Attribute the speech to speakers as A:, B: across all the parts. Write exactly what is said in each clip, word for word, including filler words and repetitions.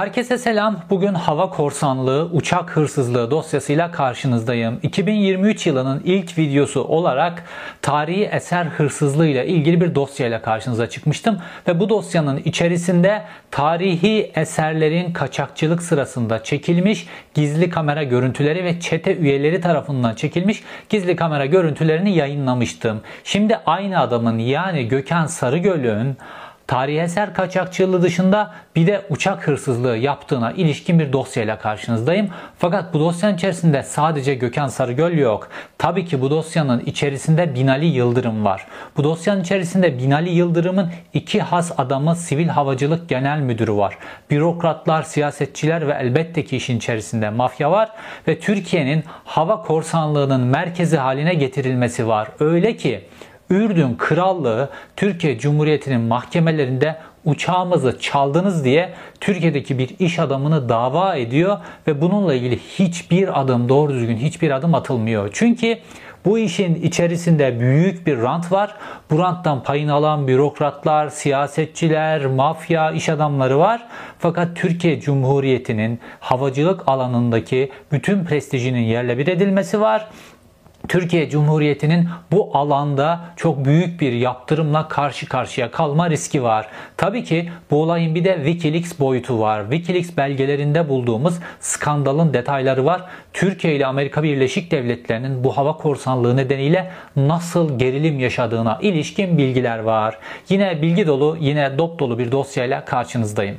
A: Herkese selam. Bugün hava korsanlığı, uçak hırsızlığı dosyasıyla karşınızdayım. iki bin yirmi üç yılının ilk videosu olarak tarihi eser hırsızlığı ile ilgili bir dosyayla karşınıza çıkmıştım. Ve bu dosyanın içerisinde tarihi eserlerin kaçakçılık sırasında çekilmiş gizli kamera görüntüleri ve çete üyeleri tarafından çekilmiş gizli kamera görüntülerini yayınlamıştım. Şimdi aynı adamın, yani Gökhan Sarıgöl'ün tarihi eser kaçakçılığı dışında bir de uçak hırsızlığı yaptığına ilişkin bir dosyayla karşınızdayım. Fakat bu dosyanın içerisinde sadece Gökhan Sarıgöl yok. Tabii ki bu dosyanın içerisinde Binali Yıldırım var. Bu dosyanın içerisinde Binali Yıldırım'ın iki has adamı, Sivil Havacılık Genel Müdürü var. Bürokratlar, siyasetçiler ve elbette ki işin içerisinde mafya var. Ve Türkiye'nin hava korsanlığının merkezi haline getirilmesi var. Öyle ki Ürdün Krallığı Türkiye Cumhuriyeti'nin mahkemelerinde uçağımızı çaldınız diye Türkiye'deki bir iş adamını dava ediyor ve bununla ilgili hiçbir adım, doğru düzgün hiçbir adım atılmıyor. Çünkü bu işin içerisinde büyük bir rant var. Bu ranttan payını alan bürokratlar, siyasetçiler, mafya, iş adamları var. Fakat Türkiye Cumhuriyeti'nin havacılık alanındaki bütün prestijinin yerle bir edilmesi var. Türkiye Cumhuriyeti'nin bu alanda çok büyük bir yaptırımla karşı karşıya kalma riski var. Tabii ki bu olayın bir de Wikileaks boyutu var. Wikileaks belgelerinde bulduğumuz skandalın detayları var. Türkiye ile Amerika Birleşik Devletleri'nin bu hava korsanlığı nedeniyle nasıl gerilim yaşadığına ilişkin bilgiler var. Yine bilgi dolu, yine dop dolu bir dosyayla karşınızdayım.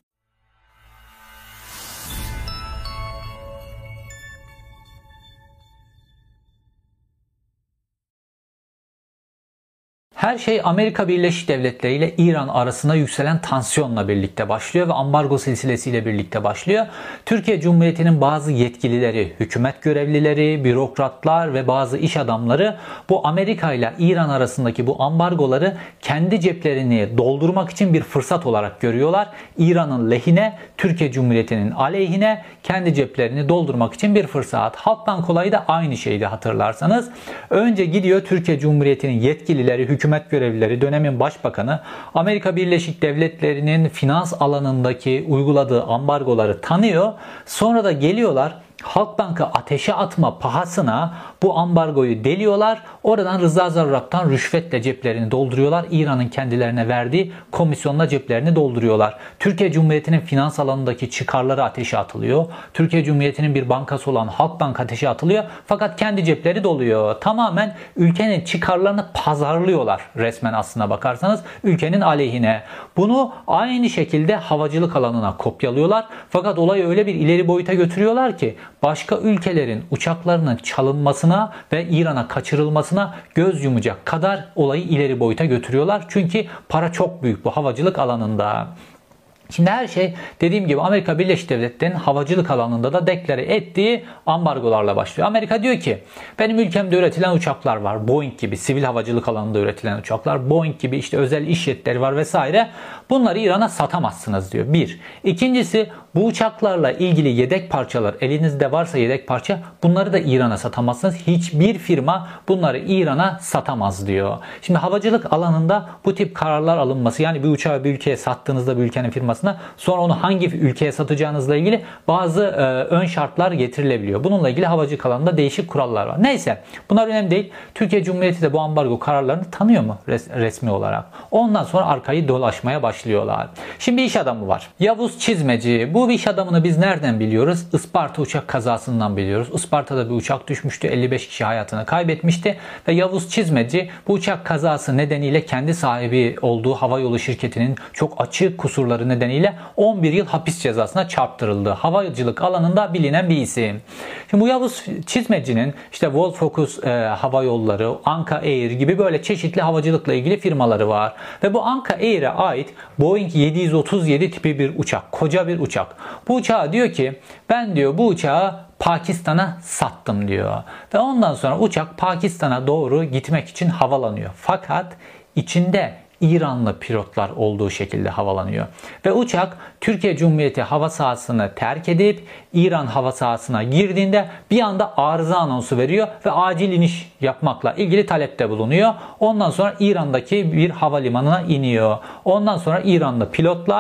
A: Her şey Amerika Birleşik Devletleri ile İran arasında yükselen tansiyonla birlikte başlıyor ve ambargo silsilesiyle birlikte başlıyor. Türkiye Cumhuriyeti'nin bazı yetkilileri, hükümet görevlileri, bürokratlar ve bazı iş adamları bu Amerika ile İran arasındaki bu ambargoları kendi ceplerini doldurmak için bir fırsat olarak görüyorlar. İran'ın lehine, Türkiye Cumhuriyeti'nin aleyhine kendi ceplerini doldurmak için bir fırsat. Halkbank olayı da aynı şeydi hatırlarsanız. Önce gidiyor Türkiye Cumhuriyeti'nin yetkilileri, hükümet görevlileri, dönemin başbakanı Amerika Birleşik Devletleri'nin finans alanındaki uyguladığı ambargoları tanıyor. Sonra da geliyorlar Halkbank'ı ateşe atma pahasına bu ambargoyu deliyorlar. Oradan rıza zaruraptan rüşvetle ceplerini dolduruyorlar. İran'ın kendilerine verdiği komisyonla ceplerini dolduruyorlar. Türkiye Cumhuriyeti'nin finans alanındaki çıkarları ateşe atılıyor. Türkiye Cumhuriyeti'nin bir bankası olan Halkbank ateşe atılıyor. Fakat kendi cepleri doluyor. Tamamen ülkenin çıkarlarını pazarlıyorlar resmen, aslına bakarsanız ülkenin aleyhine. Bunu aynı şekilde havacılık alanına kopyalıyorlar. Fakat olayı öyle bir ileri boyuta götürüyorlar ki başka ülkelerin uçaklarının çalınmasına ve İran'a kaçırılmasına göz yumacak kadar olayı ileri boyuta götürüyorlar. Çünkü para çok büyük bu havacılık alanında. Şimdi her şey dediğim gibi Amerika Birleşik Devletleri'nin havacılık alanında da deklare ettiği ambargolarla başlıyor. Amerika diyor ki benim ülkemde üretilen uçaklar var. Boeing gibi sivil havacılık alanında üretilen uçaklar. Boeing gibi işte özel iş jetleri var vesaire. Bunları İran'a satamazsınız diyor. Bir. İkincisi, bu uçaklarla ilgili yedek parçalar, elinizde varsa yedek parça, bunları da İran'a satamazsınız. Hiçbir firma bunları İran'a satamaz diyor. Şimdi havacılık alanında bu tip kararlar alınması, yani bir uçağı bir ülkeye sattığınızda bir ülkenin firmasına sonra onu hangi ülkeye satacağınızla ilgili bazı e, ön şartlar getirilebiliyor. Bununla ilgili havacılık alanında değişik kurallar var. Neyse, bunlar önemli değil. Türkiye Cumhuriyeti de bu ambargo kararlarını tanıyor mu res resmi olarak? Ondan sonra arkayı dolaşmaya başlıyorlar. Şimdi iş adamı var. Yavuz Çizmeci. Bu iş adamını biz nereden biliyoruz? Isparta uçak kazasından biliyoruz. Isparta'da bir uçak düşmüştü. elli beş kişi hayatını kaybetmişti. Ve Yavuz Çizmeci bu uçak kazası nedeniyle kendi sahibi olduğu havayolu şirketinin çok açık kusurları nedeniyle on bir yıl hapis cezasına çarptırıldı. Havacılık alanında bilinen bir isim. Şimdi bu Yavuz Çizmeci'nin işte Volfocus e, Hava Yolları, Anka Air gibi böyle çeşitli havacılıkla ilgili firmaları var. Ve bu Anka Air'e ait Boeing yedi yüz otuz yedi tipi bir uçak. Koca bir uçak. Bu uçağı diyor ki ben diyor bu uçağı Pakistan'a sattım diyor. Ve ondan sonra uçak Pakistan'a doğru gitmek için havalanıyor. Fakat içinde İranlı pilotlar olduğu şekilde havalanıyor. Ve uçak Türkiye Cumhuriyeti hava sahasını terk edip İran hava sahasına girdiğinde bir anda arıza anonsu veriyor ve acil iniş yapmakla ilgili talepte bulunuyor. Ondan sonra İran'daki bir havalimanına iniyor. Ondan sonra İranlı pilotlar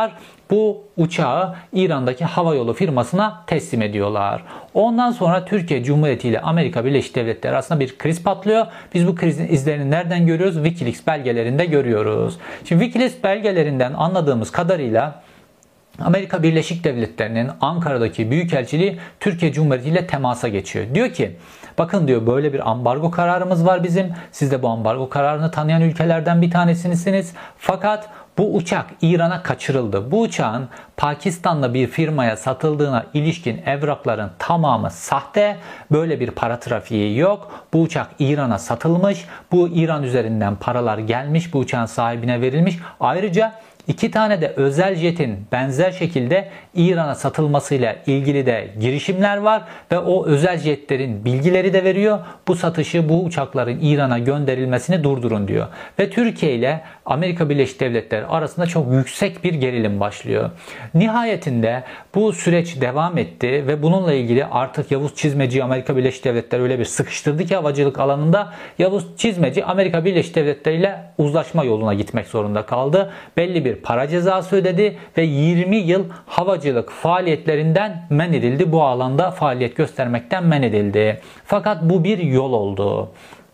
A: bu uçağı İran'daki havayolu firmasına teslim ediyorlar. Ondan sonra Türkiye Cumhuriyeti ile Amerika Birleşik Devletleri arasında bir kriz patlıyor. Biz bu krizin izlerini nereden görüyoruz? WikiLeaks belgelerinde görüyoruz. Şimdi WikiLeaks belgelerinden anladığımız kadarıyla Amerika Birleşik Devletleri'nin Ankara'daki büyükelçiliği Türkiye Cumhuriyeti ile temasa geçiyor. Diyor ki bakın diyor böyle bir ambargo kararımız var bizim. Siz de bu ambargo kararını tanıyan ülkelerden bir tanesisiniz. Fakat bu uçak İran'a kaçırıldı. Bu uçağın Pakistan'da bir firmaya satıldığına ilişkin evrakların tamamı sahte. Böyle bir para trafiği yok. Bu uçak İran'a satılmış. Bu İran üzerinden paralar gelmiş. Bu uçağın sahibine verilmiş. Ayrıca İki tane de özel jetin benzer şekilde İran'a satılmasıyla ilgili de girişimler var ve o özel jetlerin bilgileri de veriyor. Bu satışı, bu uçakların İran'a gönderilmesini durdurun diyor. Ve Türkiye ile Amerika Birleşik Devletleri arasında çok yüksek bir gerilim başlıyor. Nihayetinde bu süreç devam etti ve bununla ilgili artık Yavuz Çizmeci Amerika Birleşik Devletleri öyle bir sıkıştırdı ki havacılık alanında Yavuz Çizmeci Amerika Birleşik Devletleri ile uzlaşma yoluna gitmek zorunda kaldı. Belli bir para cezası ödedi ve yirmi yıl havacılık faaliyetlerinden men edildi. Bu alanda faaliyet göstermekten men edildi. Fakat bu bir yol oldu.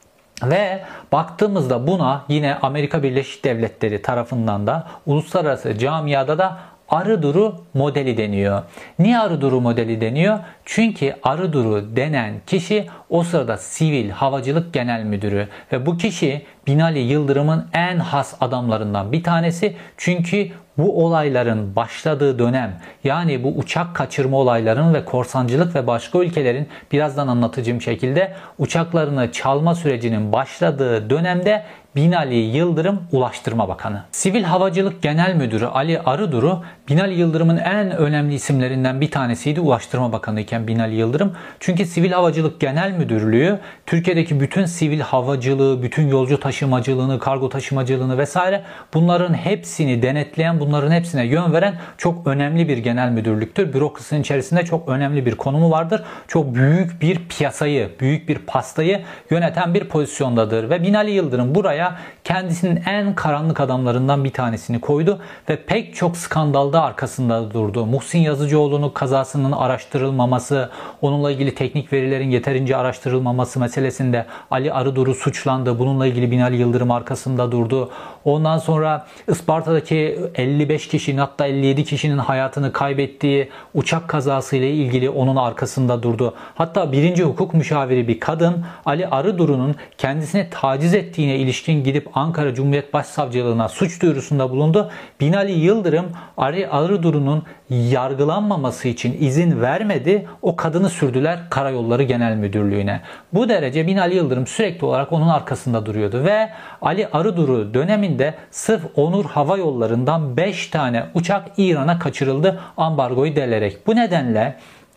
A: Ve baktığımızda buna yine Amerika Birleşik Devletleri tarafından da uluslararası camiada da Arıduru modeli deniyor. Niye Arıduru modeli deniyor? Çünkü Arıduru denen kişi o sırada Sivil Havacılık Genel Müdürü ve bu kişi Binali Yıldırım'ın en has adamlarından bir tanesi. Çünkü bu olayların başladığı dönem, yani bu uçak kaçırma olaylarının ve korsancılık ve başka ülkelerin birazdan anlatacağım şekilde uçaklarını çalma sürecinin başladığı dönemde Binali Yıldırım Ulaştırma Bakanı. Sivil Havacılık Genel Müdürü Ali Arıduru, Binali Yıldırım'ın en önemli isimlerinden bir tanesiydi Ulaştırma Bakanı iken Binali Yıldırım. Çünkü Sivil Havacılık Genel Müdürlüğü Türkiye'deki bütün sivil havacılığı, bütün yolcu taşımacılığını, kargo taşımacılığını vesaire bunların hepsini denetleyen, bunların hepsine yön veren çok önemli bir genel müdürlüktür. Bürokrasinin içerisinde çok önemli bir konumu vardır. Çok büyük bir piyasayı, büyük bir pastayı yöneten bir pozisyondadır. Ve Binali Yıldırım buraya kendisinin en karanlık adamlarından bir tanesini koydu ve pek çok skandalda arkasında durdu. Muhsin Yazıcıoğlu'nun kazasının araştırılmaması, onunla ilgili teknik verilerin yeterince araştırılmaması meselesinde Ali Arıduru suçlandı. Bununla ilgili Binali Yıldırım arkasında durdu. Ondan sonra Isparta'daki elli beş kişinin, hatta elli yedi kişinin hayatını kaybettiği uçak kazası ile ilgili onun arkasında durdu. Hatta birinci hukuk müşaviri bir kadın Ali Arıduru'nun kendisini taciz ettiğine ilişkin gidip Ankara Cumhuriyet Başsavcılığına suç duyurusunda bulundu. Binali Yıldırım Ali Arıduru'nun yargılanmaması için izin vermedi. O kadını sürdüler Karayolları Genel Müdürlüğü'ne. Bu derece Binali Yıldırım sürekli olarak onun arkasında duruyordu ve Ali Arıduru döneminde sırf Onur Hava Yolları'ndan beş tane uçak İran'a kaçırıldı ambargoyu delerek. Bu nedenle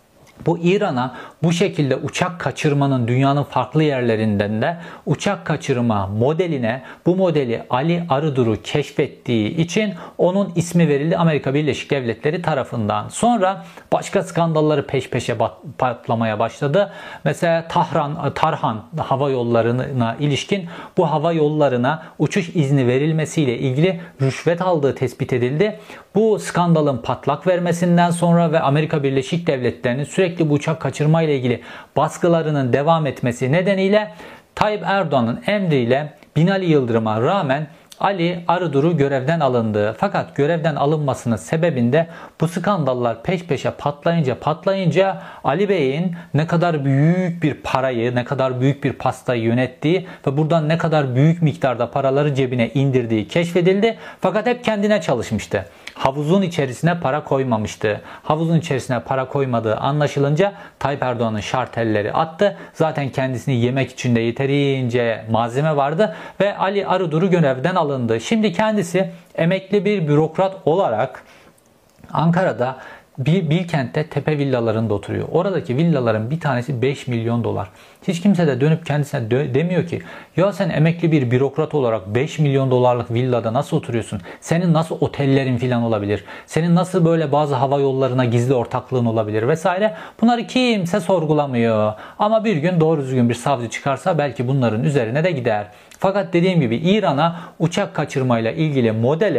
A: bu İran'a bu şekilde uçak kaçırmanın dünyanın farklı yerlerinden de uçak kaçırma modeline, bu modeli Ali Arıduru keşfettiği için onun ismi verildi Amerika Birleşik Devletleri tarafından. Sonra başka skandalları peş peşe patlamaya başladı. Mesela Tahran, Tarhan hava yollarına ilişkin bu hava yollarına uçuş izni verilmesiyle ilgili rüşvet aldığı tespit edildi. Bu skandalın patlak vermesinden sonra ve Amerika Birleşik Devletleri'nin sürekli bu uçak kaçırma ile ilgili baskılarının devam etmesi nedeniyle Tayyip Erdoğan'ın emriyle Binali Yıldırım'a rağmen Ali Arıduru görevden alındı. Fakat görevden alınmasının sebebinde bu skandallar peş peşe patlayınca patlayınca Ali Bey'in ne kadar büyük bir parayı, ne kadar büyük bir pastayı yönettiği ve buradan ne kadar büyük miktarda paraları cebine indirdiği keşfedildi. Fakat hep kendine çalışmıştı. Havuzun içerisine para koymamıştı. Havuzun içerisine para koymadığı anlaşılınca Tayyip Erdoğan'ın şartelleri attı. Zaten kendisini yemek için de yeterince malzeme vardı ve Ali Arıduru görevden alındı. Şimdi kendisi emekli bir bürokrat olarak Ankara'da Bilkent'te tepe villalarında oturuyor. Oradaki villaların bir tanesi beş milyon dolar. Hiç kimse de dönüp kendisine dö- demiyor ki ya sen emekli bir bürokrat olarak beş milyon dolarlık villada nasıl oturuyorsun? Senin nasıl otellerin falan olabilir? Senin nasıl böyle bazı hava yollarına gizli ortaklığın olabilir vesaire? Bunları kimse sorgulamıyor. Ama bir gün doğru düzgün bir savcı çıkarsa belki bunların üzerine de gider. Fakat dediğim gibi İran'a uçak kaçırmayla ilgili modele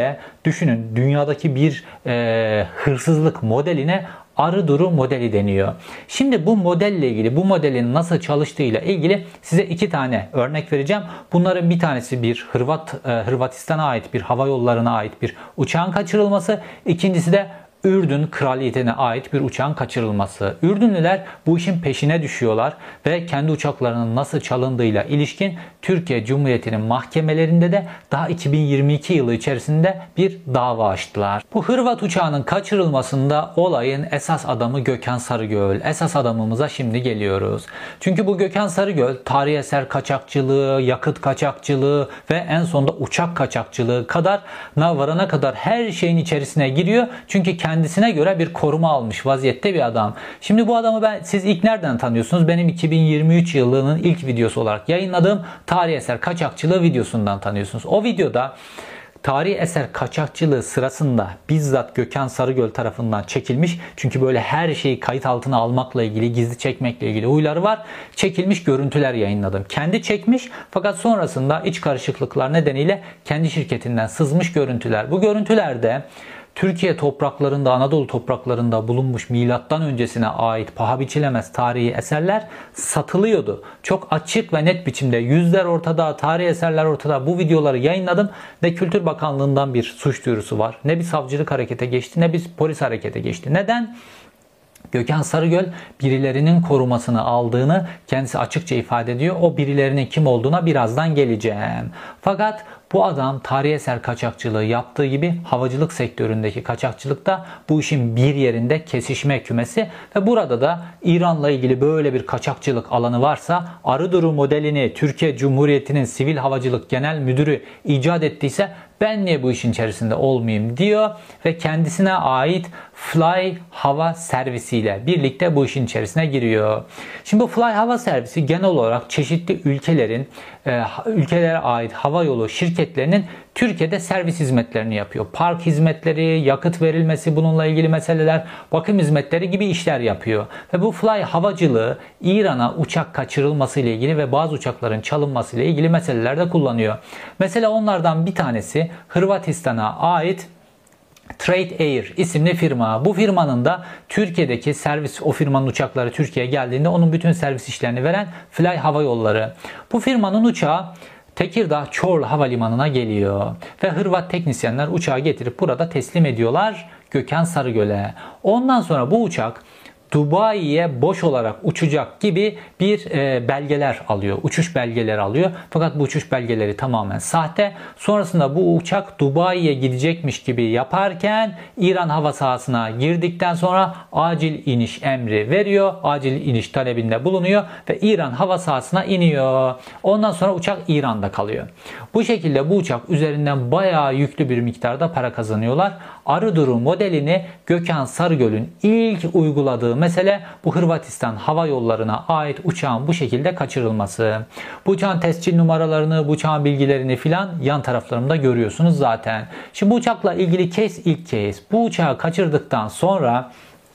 A: düşünün, dünyadaki bir e, hırsızlık modeline arı duru modeli deniyor. Şimdi bu modelle ilgili, bu modelin nasıl çalıştığıyla ilgili size iki tane örnek vereceğim. Bunların bir tanesi bir Hırvat e, Hırvatistan'a ait bir hava yollarına ait bir uçağın kaçırılması. İkincisi de Ürdün kraliyetine ait bir uçağın kaçırılması. Ürdünlüler bu işin peşine düşüyorlar ve kendi uçaklarının nasıl çalındığıyla ilişkin Türkiye Cumhuriyeti'nin mahkemelerinde de daha iki bin yirmi iki yılı içerisinde bir dava açtılar. Bu Hırvat uçağının kaçırılmasında olayın esas adamı Gökhan Sarıgöl. Esas adamımıza şimdi geliyoruz. Çünkü bu Gökhan Sarıgöl tarihi eser kaçakçılığı, yakıt kaçakçılığı ve en sonunda uçak kaçakçılığı kadar varana kadar her şeyin içerisine giriyor. Çünkü kendi kendisine göre bir koruma almış vaziyette bir adam. Şimdi bu adamı ben siz ilk nereden tanıyorsunuz? Benim iki bin yirmi üç yılının ilk videosu olarak yayınladığım tarihi eser kaçakçılığı videosundan tanıyorsunuz. O videoda tarihi eser kaçakçılığı sırasında bizzat Gökhan Sarıgöl tarafından çekilmiş. Çünkü böyle her şeyi kayıt altına almakla ilgili, gizli çekmekle ilgili huyları var. Çekilmiş görüntüler yayınladım. Kendi çekmiş fakat sonrasında iç karışıklıklar nedeniyle kendi şirketinden sızmış görüntüler. Bu görüntülerde Türkiye topraklarında, Anadolu topraklarında bulunmuş milattan öncesine ait paha biçilemez tarihi eserler satılıyordu. Çok açık ve net biçimde yüzler ortada, tarihi eserler ortada. Bu videoları yayınladım ve Kültür Bakanlığı'ndan bir suç duyurusu var. Ne bir savcılık harekete geçti ne bir polis harekete geçti. Neden? Gökhan Sarıgöl birilerinin korumasını aldığını kendisi açıkça ifade ediyor. O birilerinin kim olduğuna birazdan geleceğim. Fakat bu adam tarihi eser kaçakçılığı yaptığı gibi havacılık sektöründeki kaçakçılıkta bu işin bir yerinde kesişme kümesi ve burada da İran'la ilgili böyle bir kaçakçılık alanı varsa arı duru modelini Türkiye Cumhuriyeti'nin Sivil Havacılık Genel Müdürü icat ettiyse ben niye bu işin içerisinde olmayayım diyor ve kendisine ait Fly Hava Servisi ile birlikte bu işin içerisine giriyor. Şimdi bu Fly Hava Servisi genel olarak çeşitli ülkelerin ülkelere ait hava yolu şirketlerinin Türkiye'de servis hizmetlerini yapıyor. Park hizmetleri, yakıt verilmesi, bununla ilgili meseleler, bakım hizmetleri gibi işler yapıyor. Ve bu Fly havacılığı İran'a uçak kaçırılması ile ilgili ve bazı uçakların çalınması ile ilgili meselelerde kullanıyor. Mesela onlardan bir tanesi Hırvatistan'a ait Trade Air isimli firma. Bu firmanın da Türkiye'deki servis, o firmanın uçakları Türkiye'ye geldiğinde onun bütün servis işlerini veren Fly Hava Yolları. Bu firmanın uçağı Tekirdağ Çorlu Havalimanı'na geliyor ve Hırvat teknisyenler uçağı getirip burada teslim ediyorlar Gökhan Sarıgöl'e. Ondan sonra bu uçak Dubai'ye boş olarak uçacak gibi bir e, belgeler alıyor. Uçuş belgeleri alıyor. Fakat bu uçuş belgeleri tamamen sahte. Sonrasında bu uçak Dubai'ye gidecekmiş gibi yaparken İran hava sahasına girdikten sonra acil iniş emri veriyor. Acil iniş talebinde bulunuyor ve İran hava sahasına iniyor. Ondan sonra uçak İran'da kalıyor. Bu şekilde bu uçak üzerinden bayağı yüklü bir miktarda para kazanıyorlar. Arı duru modelini Gökhan Sarıgöl'ün ilk uyguladığı mesele bu Hırvatistan hava yollarına ait uçağın bu şekilde kaçırılması. Bu uçağın tescil numaralarını, bu uçağın bilgilerini filan yan taraflarımda görüyorsunuz zaten. Şimdi bu uçakla ilgili case ilk case. Bu uçağı kaçırdıktan sonra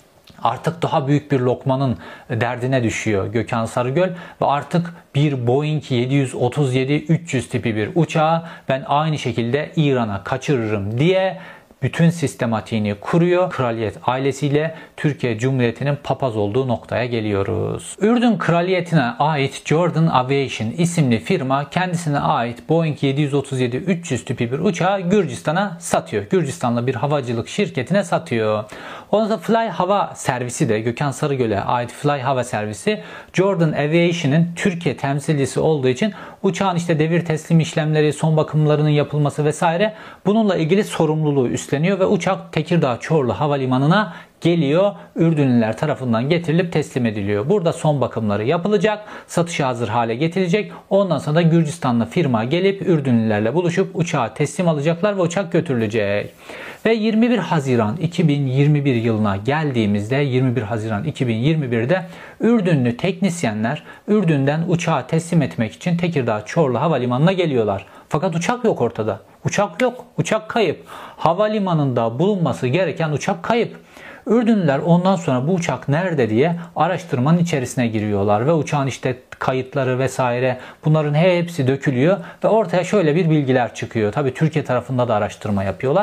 A: artık daha büyük bir lokmanın derdine düşüyor Gökhan Sarıgöl ve artık bir Boeing yedi yüz otuz yedi üç yüz tipi bir uçağı ben aynı şekilde İran'a kaçırırım diye bütün sistematiğini kuruyor. Kraliyet ailesiyle Türkiye Cumhuriyeti'nin papaz olduğu noktaya geliyoruz. Ürdün Kraliyeti'ne ait Jordan Aviation isimli firma kendisine ait Boeing yedi yüz otuz yedi üç yüz tipi bir uçağı Gürcistan'a satıyor. Gürcistanlı bir havacılık şirketine satıyor. Ondan sonra Fly Hava Servisi de Gökhan Sarıgöl'e ait Fly Hava Servisi Jordan Aviation'ın Türkiye temsilcisi olduğu için uçağın işte devir teslim işlemleri, son bakımlarının yapılması vesaire bununla ilgili sorumluluğu üstleniyor ve uçak Tekirdağ Çorlu Havalimanı'na geliyor. Ürdünlüler tarafından getirilip teslim ediliyor. Burada son bakımları yapılacak. Satışa hazır hale getirilecek. Ondan sonra da Gürcistanlı firma gelip Ürdünlülerle buluşup uçağı teslim alacaklar ve uçak götürülecek. Ve yirmi bir Haziran iki bin yirmi bir yılına geldiğimizde yirmi bir Haziran iki bin yirmi birde Ürdünlü teknisyenler Ürdün'den uçağı teslim etmek için Tekirdağ Çorlu Havalimanı'na geliyorlar. Fakat uçak yok ortada. Uçak yok. Uçak kayıp. Havalimanında bulunması gereken uçak kayıp. Ürdünlüler ondan sonra bu uçak nerede diye araştırmanın içerisine giriyorlar ve uçağın işte kayıtları vesaire bunların hepsi dökülüyor ve ortaya şöyle bir bilgiler çıkıyor. Tabii Türkiye tarafında da araştırma yapıyorlar.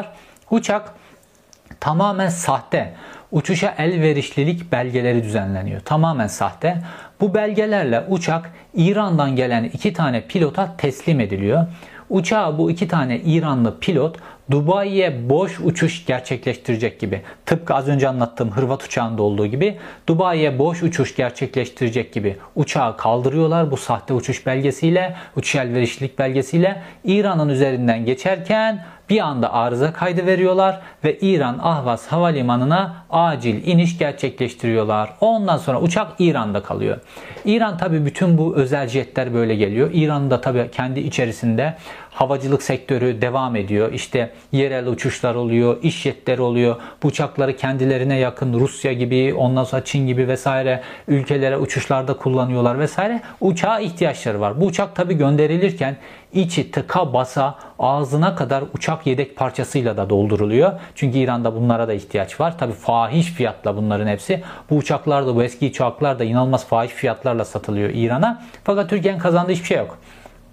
A: Uçak tamamen sahte. Uçuşa elverişlilik belgeleri düzenleniyor. Tamamen sahte. Bu belgelerle uçak İran'dan gelen iki tane pilota teslim ediliyor. Uçağa bu iki tane İranlı pilot Dubai'ye boş uçuş gerçekleştirecek gibi, tıpkı az önce anlattığım Hırvat uçağında olduğu gibi Dubai'ye boş uçuş gerçekleştirecek gibi uçağı kaldırıyorlar bu sahte uçuş belgesiyle, uçuş elverişlilik belgesiyle. İran'ın üzerinden geçerken bir anda arıza kaydı veriyorlar ve İran Ahvaz Havalimanı'na acil iniş gerçekleştiriyorlar. Ondan sonra uçak İran'da kalıyor. İran tabii bütün bu özel jetler böyle geliyor. İran'da tabii kendi içerisinde havacılık sektörü devam ediyor. İşte yerel uçuşlar oluyor, iş jetleri oluyor. Bu uçakları kendilerine yakın Rusya gibi, ondan sonra Çin gibi vesaire ülkelere uçuşlarda kullanıyorlar vesaire. Uçağa ihtiyaçları var. Bu uçak tabii gönderilirken içi tıka basa ağzına kadar uçak yedek parçasıyla da dolduruluyor. Çünkü İran'da bunlara da ihtiyaç var. Tabii fahiş fiyatla bunların hepsi. Bu uçaklar da, bu eski uçaklar da inanılmaz fahiş fiyatlarla satılıyor İran'a. Fakat Türkiye'nin kazandığı hiçbir şey yok.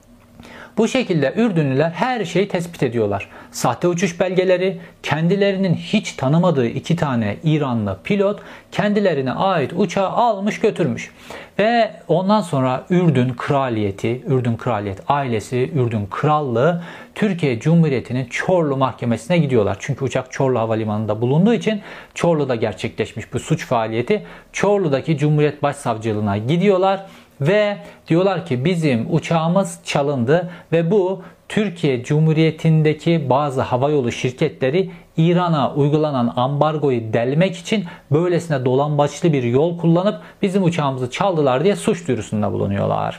A: Bu şekilde Ürdünlüler her şeyi tespit ediyorlar. Sahte uçuş belgeleri, kendilerinin hiç tanımadığı iki tane İranlı pilot kendilerine ait uçağı almış götürmüş. Ve ondan sonra Ürdün Kraliyeti, Ürdün Kraliyet ailesi, Ürdün Krallığı Türkiye Cumhuriyeti'nin Çorlu Mahkemesi'ne gidiyorlar. Çünkü uçak Çorlu Havalimanı'nda bulunduğu için Çorlu'da gerçekleşmiş bu suç faaliyeti. Çorlu'daki Cumhuriyet Başsavcılığına gidiyorlar. Ve diyorlar ki bizim uçağımız çalındı ve bu Türkiye Cumhuriyeti'ndeki bazı havayolu şirketleri İran'a uygulanan ambargoyu delmek için böylesine dolambaçlı bir yol kullanıp bizim uçağımızı çaldılar diye suç duyurusunda bulunuyorlar.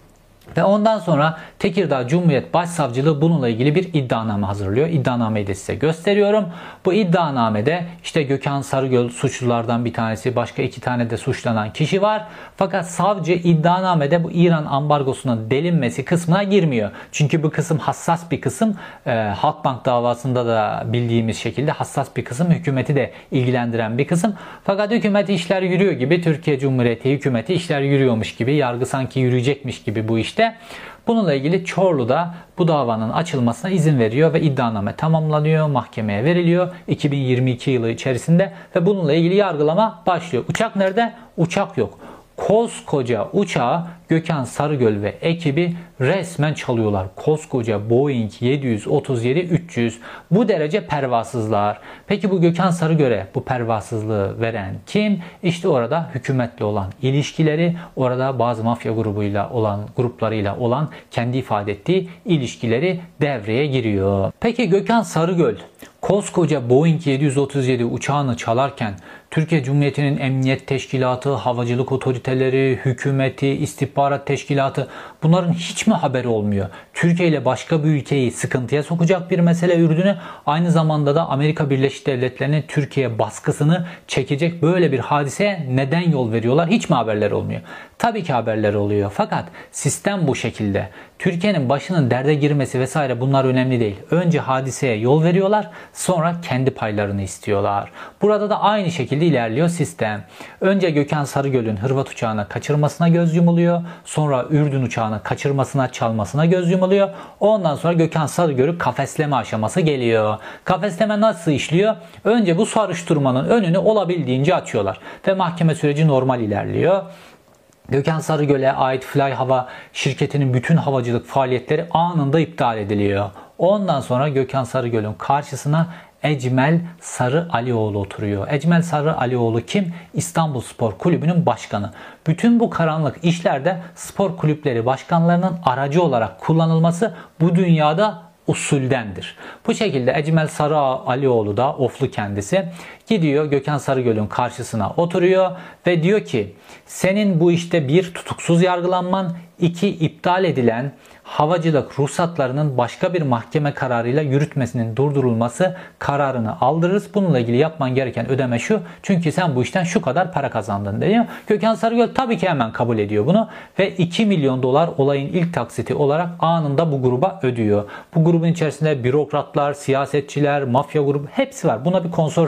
A: Ve ondan sonra Tekirdağ Cumhuriyet Başsavcılığı bununla ilgili bir iddianame hazırlıyor. İddianameyi de size gösteriyorum. Bu iddianamede işte Gökhan Sarıgöl suçlulardan bir tanesi, başka iki tane de suçlanan kişi var. Fakat savcı iddianamede bu İran ambargosunun delinmesi kısmına girmiyor. Çünkü bu kısım hassas bir kısım. E, Halkbank davasında da bildiğimiz şekilde hassas bir kısım. Hükümeti de ilgilendiren bir kısım. Fakat hükümet işler yürüyor gibi, Türkiye Cumhuriyeti hükümeti işler yürüyormuş gibi, yargı sanki yürüyecekmiş gibi bu işte. Bununla ilgili Çorlu'da bu davanın açılmasına izin veriyor ve iddianame tamamlanıyor, mahkemeye veriliyor iki bin yirmi iki yılı içerisinde ve bununla ilgili yargılama başlıyor. Uçak nerede? Uçak yok. Koskoca uçağı Gökhan Sarıgöl ve ekibi resmen çalıyorlar. Koskoca Boeing yedi yüz otuz yedi üç yüz. Bu derece pervasızlar. Peki bu Gökhan Sarıgöl'e bu pervasızlığı veren kim? İşte orada hükümetle olan ilişkileri, orada bazı mafya grubuyla olan gruplarıyla olan kendi ifade ettiği ilişkileri devreye giriyor. Peki Gökhan Sarıgöl koskoca Boeing yedi yüz otuz yedi uçağını çalarken Türkiye Cumhuriyeti'nin Emniyet Teşkilatı, havacılık otoriteleri, hükümeti, istihbarat teşkilatı bunların hiç mi haberi olmuyor? Türkiye ile başka bir ülkeyi sıkıntıya sokacak bir mesele Ürdün'ü, aynı zamanda da Amerika Birleşik Devletleri'nin Türkiye baskısını çekecek böyle bir hadiseye neden yol veriyorlar? Hiç mi haberleri olmuyor? Tabii ki haberleri oluyor. Fakat sistem bu şekilde. Türkiye'nin başının derde girmesi vesaire bunlar önemli değil. Önce hadiseye yol veriyorlar, sonra kendi paylarını istiyorlar. Burada da aynı şekilde ilerliyor sistem. Önce Gökhan Sarıgöl'ün Hırvat uçağına kaçırmasına göz yumuluyor. Sonra Ürdün uçağına kaçırmasına, çalmasına göz yumuluyor. Ondan sonra Gökhan Sarıgöl'ü kafesleme aşaması geliyor. Kafesleme nasıl işliyor? Önce bu soruşturmanın önünü olabildiğince açıyorlar. Ve mahkeme süreci normal ilerliyor. Gökhan Sarıgöl'e ait Fly Hava şirketinin bütün havacılık faaliyetleri anında iptal ediliyor. Ondan sonra Gökhan Sarıgöl'ün karşısına Ecmel Sarı Alioğlu oturuyor. Ecmel Sarı Alioğlu kim? İstanbul Spor Kulübü'nün başkanı. Bütün bu karanlık işlerde spor kulüpleri başkanlarının aracı olarak kullanılması bu dünyada usuldendir. Bu şekilde Ecmel Sarı Alioğlu da oflu kendisi gidiyor Gökhan Sarıgöl'ün karşısına oturuyor ve diyor ki senin bu işte bir tutuksuz yargılanman, iki iptal edilen havacılık ruhsatlarının başka bir mahkeme kararıyla yürütmesinin durdurulması kararını aldırırız. Bununla ilgili yapman gereken ödeme şu. Çünkü sen bu işten şu kadar para kazandın diyor. Gökhan Sarıgöl tabii ki hemen kabul ediyor bunu ve iki milyon dolar olayın ilk taksiti olarak anında bu gruba ödüyor. Bu grubun içerisinde bürokratlar, siyasetçiler, mafya grubu hepsi var. Buna bir konsorsiyum gibi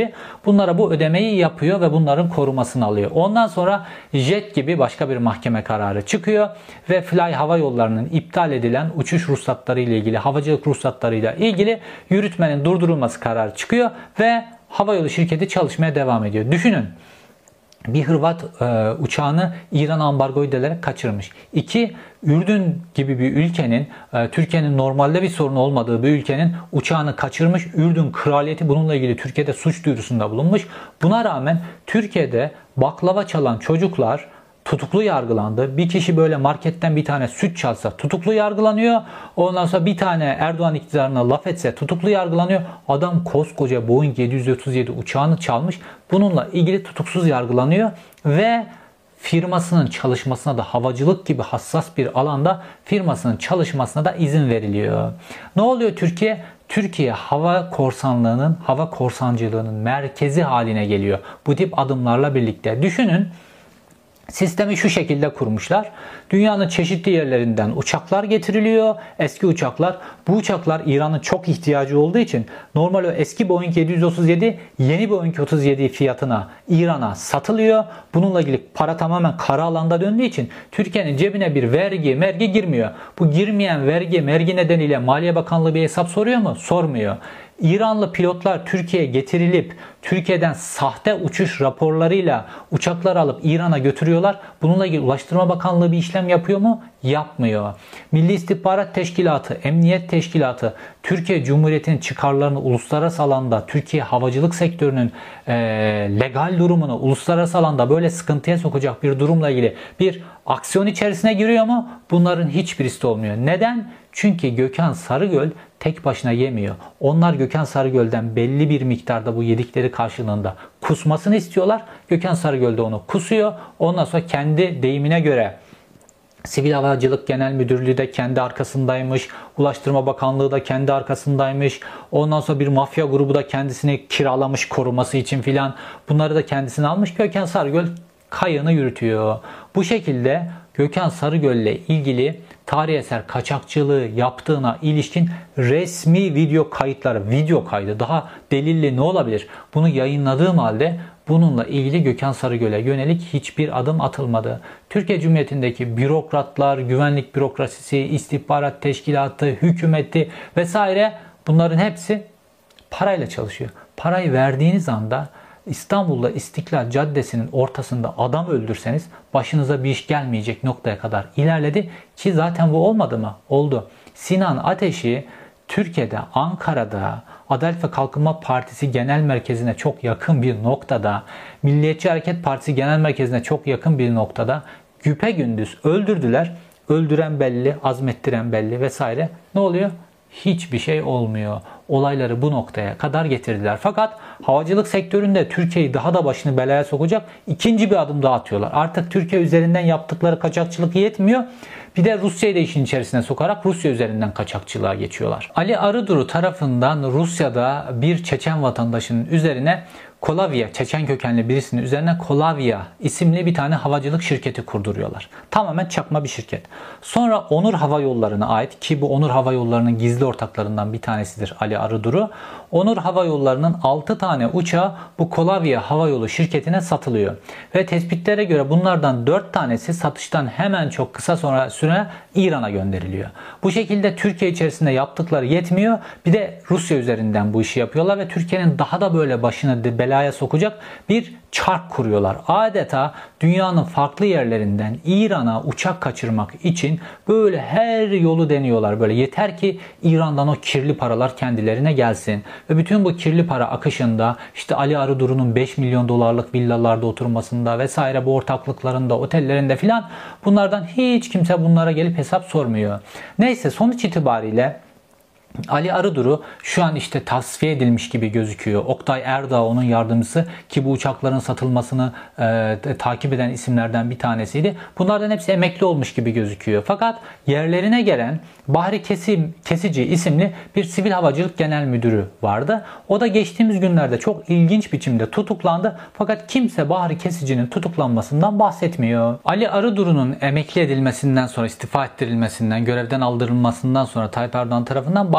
A: şirketleri bunlara bu ödemeyi yapıyor ve bunların korumasını alıyor. Ondan sonra Jet gibi başka bir mahkeme kararı çıkıyor ve Fly Hava Yolları'nın iptal edilen uçuş ruhsatları ile ilgili, havacılık ruhsatlarıyla ilgili yürütmenin durdurulması kararı çıkıyor ve havayolu şirketi çalışmaya devam ediyor. Düşünün. Bir Hırvat e, uçağını İran ambargo ederek kaçırmış. İki, Ürdün gibi bir ülkenin, e, Türkiye'nin normalde bir sorun olmadığı bir ülkenin uçağını kaçırmış. Ürdün kraliyeti bununla ilgili Türkiye'de suç duyurusunda bulunmuş. Buna rağmen Türkiye'de baklava çalan çocuklar tutuklu yargılandı. Bir kişi böyle marketten bir tane süt çalsa tutuklu yargılanıyor. Ondan sonra bir tane Erdoğan iktidarına laf etse tutuklu yargılanıyor. Adam koskoca Boeing yedi yüz otuz yedi uçağını çalmış. Bununla ilgili tutuksuz yargılanıyor ve firmasının çalışmasına da havacılık gibi hassas bir alanda firmasının çalışmasına da izin veriliyor. Ne oluyor Türkiye? Türkiye hava korsanlığının, hava korsancılığının merkezi haline geliyor. Bu tip adımlarla birlikte. Düşünün. Sistemi şu şekilde kurmuşlar. Dünyanın çeşitli yerlerinden uçaklar getiriliyor. Eski uçaklar. Bu uçaklar İran'ın çok ihtiyacı olduğu için normal o eski Boeing yedi yüz otuz yedi yeni Boeing otuz yedi fiyatına İran'a satılıyor. Bununla ilgili para tamamen kara alanda döndüğü için Türkiye'nin cebine bir vergi, mergi girmiyor. Bu girmeyen vergi, mergi nedeniyle Maliye Bakanlığı bir hesap soruyor mu? Sormuyor. İranlı pilotlar Türkiye'ye getirilip Türkiye'den sahte uçuş raporlarıyla uçaklar alıp İran'a götürüyorlar. Bununla ilgili Ulaştırma Bakanlığı bir işlem yapıyor mu? Yapmıyor. Milli İstihbarat Teşkilatı, Emniyet Teşkilatı Türkiye Cumhuriyeti'nin çıkarlarını uluslararası alanda, Türkiye havacılık sektörünün e, legal durumunu uluslararası alanda böyle sıkıntıya sokacak bir durumla ilgili bir aksiyon içerisine giriyor mu? Bunların hiçbirisi de olmuyor. Neden? Çünkü Gökhan Sarıgöl tek başına yemiyor. Onlar Gökhan Sarıgöl'den belli bir miktarda bu yedikleri karşılığında kusmasını istiyorlar. Gökhan Sarıgöl de onu kusuyor. Ondan sonra kendi deyimine göre Sivil Havacılık Genel Müdürlüğü de kendi arkasındaymış. Ulaştırma Bakanlığı da kendi arkasındaymış. Ondan sonra bir mafya grubu da kendisini kiralamış koruması için filan. Bunları da kendisine almış. Gökhan Sarıgöl kayığını yürütüyor. Bu şekilde Gökhan Sarıgöl ile ilgili tarihi eser kaçakçılığı yaptığına ilişkin resmi video kayıtları, video kaydı daha delilli ne olabilir? Bunu yayınladığım halde bununla ilgili Gökhan Sarıgöl'e yönelik hiçbir adım atılmadı. Türkiye Cumhuriyeti'ndeki bürokratlar, güvenlik bürokrasisi, istihbarat teşkilatı, hükümeti vesaire bunların hepsi parayla çalışıyor. Parayı verdiğiniz anda İstanbul'da İstiklal Caddesi'nin ortasında adam öldürseniz başınıza bir iş gelmeyecek noktaya kadar ilerledi ki zaten bu olmadı mı? Oldu. Sinan Ateş'i Türkiye'de, Ankara'da Adalet ve Kalkınma Partisi Genel Merkezi'ne çok yakın bir noktada, Milliyetçi Hareket Partisi Genel Merkezi'ne çok yakın bir noktada güpegündüz öldürdüler. Öldüren belli, azmettiren belli vesaire. Ne oluyor? Hiçbir şey olmuyor. Olayları bu noktaya kadar getirdiler. Fakat havacılık sektöründe Türkiye'yi daha da başını belaya sokacak ikinci bir adım daha atıyorlar. Artık Türkiye üzerinden yaptıkları kaçakçılık yetmiyor. Bir de Rusya'yı da işin içerisine sokarak Rusya üzerinden kaçakçılığa geçiyorlar. Ali Arıduru tarafından Rusya'da bir Çeçen vatandaşının üzerine Kolavia, Çeçen kökenli birisinin üzerine Kolavia isimli bir tane havacılık şirketi kurduruyorlar. Tamamen çakma bir şirket. Sonra Onur Hava Yolları'na ait ki bu Onur Hava Yolları'nın gizli ortaklarından bir tanesidir Ali Arıduru. Onur Hava Yolları'nın altı tane uçağı bu Kolavia Havayolu şirketine satılıyor. Ve tespitlere göre bunlardan dört tanesi satıştan hemen çok kısa sonra süre İran'a gönderiliyor. Bu şekilde Türkiye içerisinde yaptıkları yetmiyor. Bir de Rusya üzerinden bu işi yapıyorlar ve Türkiye'nin daha da böyle başını belaya sokacak bir çark kuruyorlar. Adeta dünyanın farklı yerlerinden İran'a uçak kaçırmak için böyle her yolu deniyorlar. Böyle yeter ki İran'dan o kirli paralar kendilerine gelsin. Ve bütün bu kirli para akışında işte Ali Arıduru'nun beş milyon dolarlık villalarda oturmasında vesaire bu ortaklıklarında, otellerinde filan bunlardan hiç kimse bunlara gelip hesap sormuyor. Neyse sonuç itibariyle Ali Arıduru şu an işte tasfiye edilmiş gibi gözüküyor. Oktay Erdağ onun yardımcısı ki bu uçakların satılmasını e, takip eden isimlerden bir tanesiydi. Bunlardan hepsi emekli olmuş gibi gözüküyor. Fakat yerlerine gelen Bahri Kesim, Kesici isimli bir sivil havacılık genel müdürü vardı. O da geçtiğimiz günlerde çok ilginç biçimde tutuklandı. Fakat kimse Bahri Kesici'nin tutuklanmasından bahsetmiyor. Ali Arıduru'nun emekli edilmesinden sonra, istifa ettirilmesinden, görevden aldırılmasından sonra Tayyip Erdoğan tarafından Bahri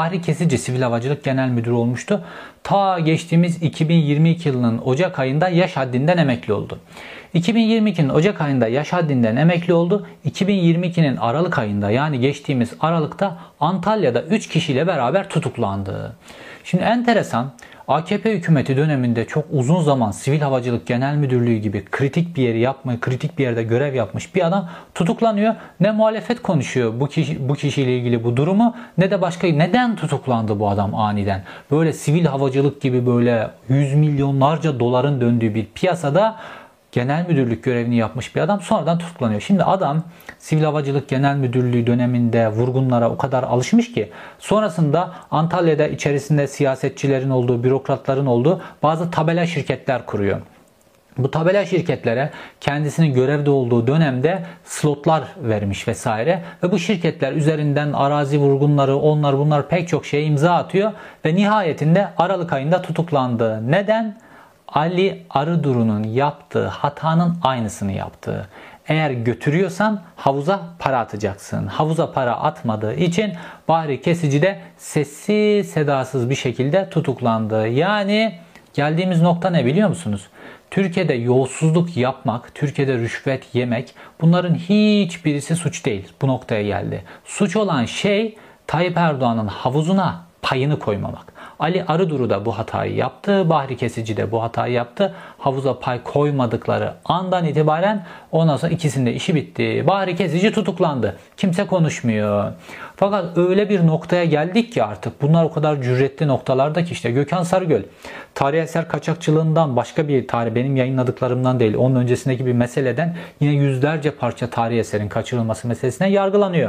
A: Bahri Kesici Sivil Havacılık Genel Müdürü olmuştu. Ta geçtiğimiz iki bin yirmi iki yılının Ocak ayında yaş haddinden emekli oldu. iki bin yirmi ikinin Ocak ayında yaş haddinden emekli oldu. iki bin yirmi ikinin Aralık ayında, yani geçtiğimiz Aralık'ta Antalya'da üç kişiyle beraber tutuklandı. Şimdi enteresan, A K P hükümeti döneminde çok uzun zaman Sivil Havacılık Genel Müdürlüğü gibi kritik bir yeri yapmayı, kritik bir yerde görev yapmış bir adam tutuklanıyor. Ne muhalefet konuşuyor bu kişi, bu kişiyle ilgili bu durumu, ne de başka. Neden tutuklandı bu adam aniden? Böyle sivil havacılık gibi böyle yüz milyonlarca doların döndüğü bir piyasada genel müdürlük görevini yapmış bir adam sonradan tutuklanıyor. Şimdi adam Sivil Havacılık Genel Müdürlüğü döneminde vurgunlara o kadar alışmış ki sonrasında Antalya'da içerisinde siyasetçilerin olduğu, bürokratların olduğu bazı tabela şirketler kuruyor. Bu tabela şirketlere kendisinin görevde olduğu dönemde slotlar vermiş vesaire ve bu şirketler üzerinden arazi vurgunları, onlar bunlar pek çok şeye imza atıyor ve nihayetinde Aralık ayında tutuklandı. Neden? Ali Arıduru'nun yaptığı hatanın aynısını yaptı. Eğer götürüyorsan havuza para atacaksın. Havuza para atmadığı için Bahri Kesici de sessiz sedasız bir şekilde tutuklandı. Yani geldiğimiz nokta ne biliyor musunuz? Türkiye'de yolsuzluk yapmak, Türkiye'de rüşvet yemek, bunların hiçbirisi suç değil. Bu noktaya geldi. Suç olan şey Tayyip Erdoğan'ın havuzuna payını koymamak. Ali Arıduru da bu hatayı yaptı. Bahri Kesici de bu hatayı yaptı. Havuza pay koymadıkları andan itibaren ondan sonra ikisinin de işi bitti. Bahri Kesici tutuklandı. Kimse konuşmuyor. Fakat öyle bir noktaya geldik ki artık bunlar o kadar cüretli noktalarda ki işte Gökhan Sarıgöl tarih eser kaçakçılığından başka bir tarih, benim yayınladıklarımdan değil, onun öncesindeki bir meseleden yine yüzlerce parça tarih eserin kaçırılması meselesine yargılanıyor.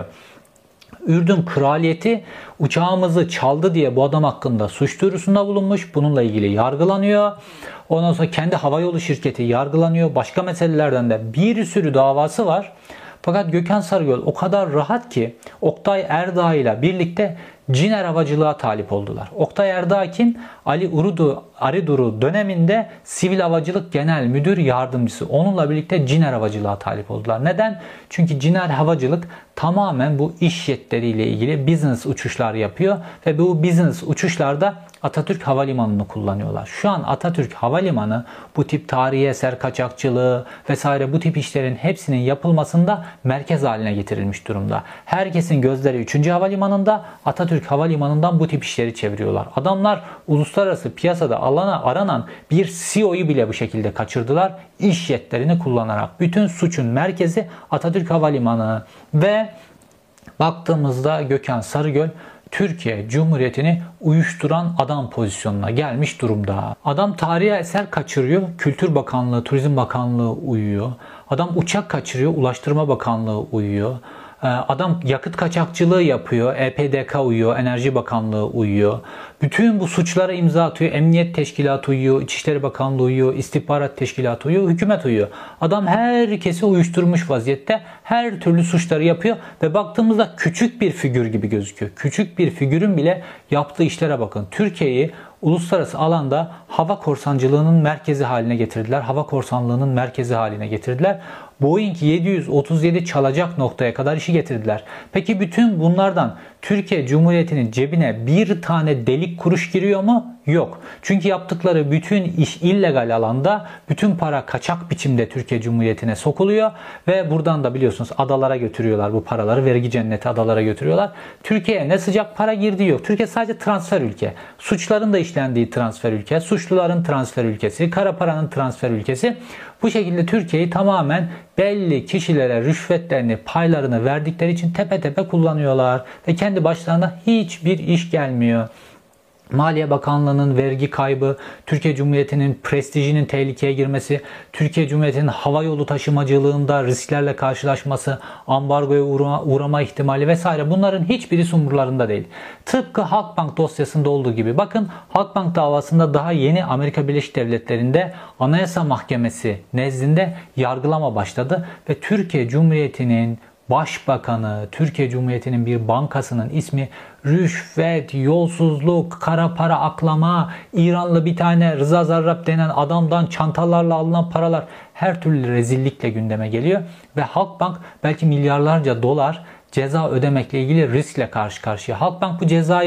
A: Ürdün Kraliyeti uçağımızı çaldı diye bu adam hakkında suç duyurusunda bulunmuş. Bununla ilgili yargılanıyor. Ondan sonra kendi havayolu şirketi yargılanıyor. Başka meselelerden de bir sürü davası var. Fakat Gökhan Sarıgöl o kadar rahat ki Oktay Erdağ ile birlikte Ciner havacılığa talip oldular. Oktay Erdağ kim? Ali Urudu, Arıduru döneminde Sivil Havacılık Genel Müdür Yardımcısı. Onunla birlikte Ciner havacılığa talip oldular. Neden? Çünkü Ciner havacılık tamamen bu iş jetleriyle ilgili business uçuşlar yapıyor ve bu business uçuşlarda Atatürk Havalimanı'nı kullanıyorlar. Şu an Atatürk Havalimanı bu tip tarihi eser kaçakçılığı vesaire bu tip işlerin hepsinin yapılmasında merkez haline getirilmiş durumda. Herkesin gözleri üçüncü Havalimanı'nda, Atatürk Havalimanı'ndan bu tip işleri çeviriyorlar. Adamlar uluslararası piyasada alana aranan bir C E O'yu bile bu şekilde kaçırdılar. İş jetlerini kullanarak. Bütün suçun merkezi Atatürk Havalimanı ve baktığımızda Gökhan Sarıgöl Türkiye Cumhuriyeti'ni uyuşturan adam pozisyonuna gelmiş durumda. Adam tarihi eser kaçırıyor, Kültür Bakanlığı, Turizm Bakanlığı uyuyor. Adam uçak kaçırıyor, Ulaştırma Bakanlığı uyuyor. Adam yakıt kaçakçılığı yapıyor, E P D K uyuyor, Enerji Bakanlığı uyuyor. Bütün bu suçlara imza atıyor, Emniyet Teşkilatı uyuyor, İçişleri Bakanlığı uyuyor, İstihbarat Teşkilatı uyuyor, hükümet uyuyor. Adam herkesi uyuşturmuş vaziyette, her türlü suçları yapıyor ve baktığımızda küçük bir figür gibi gözüküyor. Küçük bir figürün bile yaptığı işlere bakın. Türkiye'yi uluslararası alanda hava korsancılığının merkezi haline getirdiler. Hava korsanlığının merkezi haline getirdiler. Boeing yedi yüz otuz yedi çalacak noktaya kadar işi getirdiler. Peki bütün bunlardan Türkiye Cumhuriyeti'nin cebine bir tane delik kuruş giriyor mu? Yok. Çünkü yaptıkları bütün iş illegal alanda, bütün para kaçak biçimde Türkiye Cumhuriyeti'ne sokuluyor ve buradan da biliyorsunuz adalara götürüyorlar bu paraları. Vergi cenneti adalara götürüyorlar. Türkiye'ye ne sıcak para girdiği yok. Türkiye sadece transfer ülke. Suçların da işlendiği transfer ülke. Suçluların transfer ülkesi. Kara paranın transfer ülkesi. Bu şekilde Türkiye'yi tamamen belli kişilere rüşvetlerini, paylarını verdikleri için tepe tepe kullanıyorlar. Ve kendi başlarına hiçbir iş gelmiyor. Maliye Bakanlığı'nın vergi kaybı, Türkiye Cumhuriyeti'nin prestijinin tehlikeye girmesi, Türkiye Cumhuriyeti'nin havayolu taşımacılığında risklerle karşılaşması, ambargoya uğrama, uğrama ihtimali vesaire, bunların hiçbiri umurlarında değil. Tıpkı Halkbank dosyasında olduğu gibi. Bakın Halkbank davasında daha yeni Amerika Birleşik Devletleri'nde Anayasa Mahkemesi nezdinde yargılama başladı ve Türkiye Cumhuriyeti'nin Başbakanı, Türkiye Cumhuriyeti'nin bir bankasının ismi rüşvet, yolsuzluk, kara para aklama, İranlı bir tane Rıza Zarrab denen adamdan çantalarla alınan paralar, her türlü rezillikle gündeme geliyor. Ve Halkbank belki milyarlarca dolar ceza ödemekle ilgili riskle karşı karşıya. Halkbank bu cezayı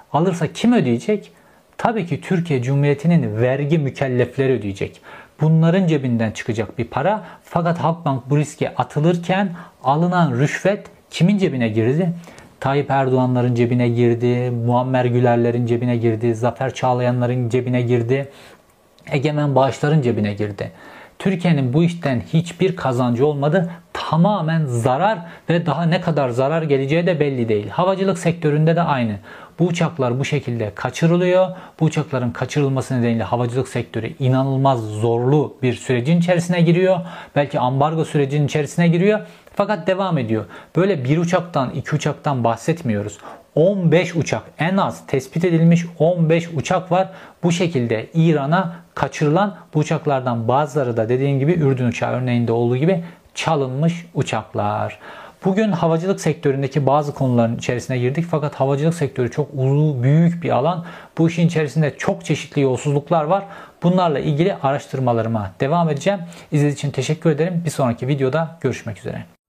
A: alırsa kim ödeyecek? Tabii ki Türkiye Cumhuriyeti'nin vergi mükellefleri ödeyecek. Bunların cebinden çıkacak bir para. Fakat Halkbank bu riske atılırken alınan rüşvet kimin cebine girdi? Tayyip Erdoğan'ların cebine girdi, Muammer Güler'lerin cebine girdi, Zafer Çağlayan'ların cebine girdi, Egemen Bağışlar'ın cebine girdi. Türkiye'nin bu işten hiçbir kazancı olmadı. Tamamen zarar ve daha ne kadar zarar geleceği de belli değil. Havacılık sektöründe de aynı. Bu uçaklar bu şekilde kaçırılıyor. Bu uçakların kaçırılması nedeniyle havacılık sektörü inanılmaz zorlu bir sürecin içerisine giriyor. Belki ambargo sürecinin içerisine giriyor. Fakat devam ediyor. Böyle bir uçaktan, iki uçaktan bahsetmiyoruz. on beş uçak, en az tespit edilmiş on beş uçak var. Bu şekilde İran'a kaçırılan, bu uçaklardan bazıları da dediğim gibi Ürdün uçağı örneğinde olduğu gibi çalınmış uçaklar. Bugün havacılık sektöründeki bazı konuların içerisine girdik fakat havacılık sektörü çok uzun, büyük bir alan. Bu işin içerisinde çok çeşitli yolsuzluklar var. Bunlarla ilgili araştırmalarıma devam edeceğim. İzlediğiniz için teşekkür ederim. Bir sonraki videoda görüşmek üzere.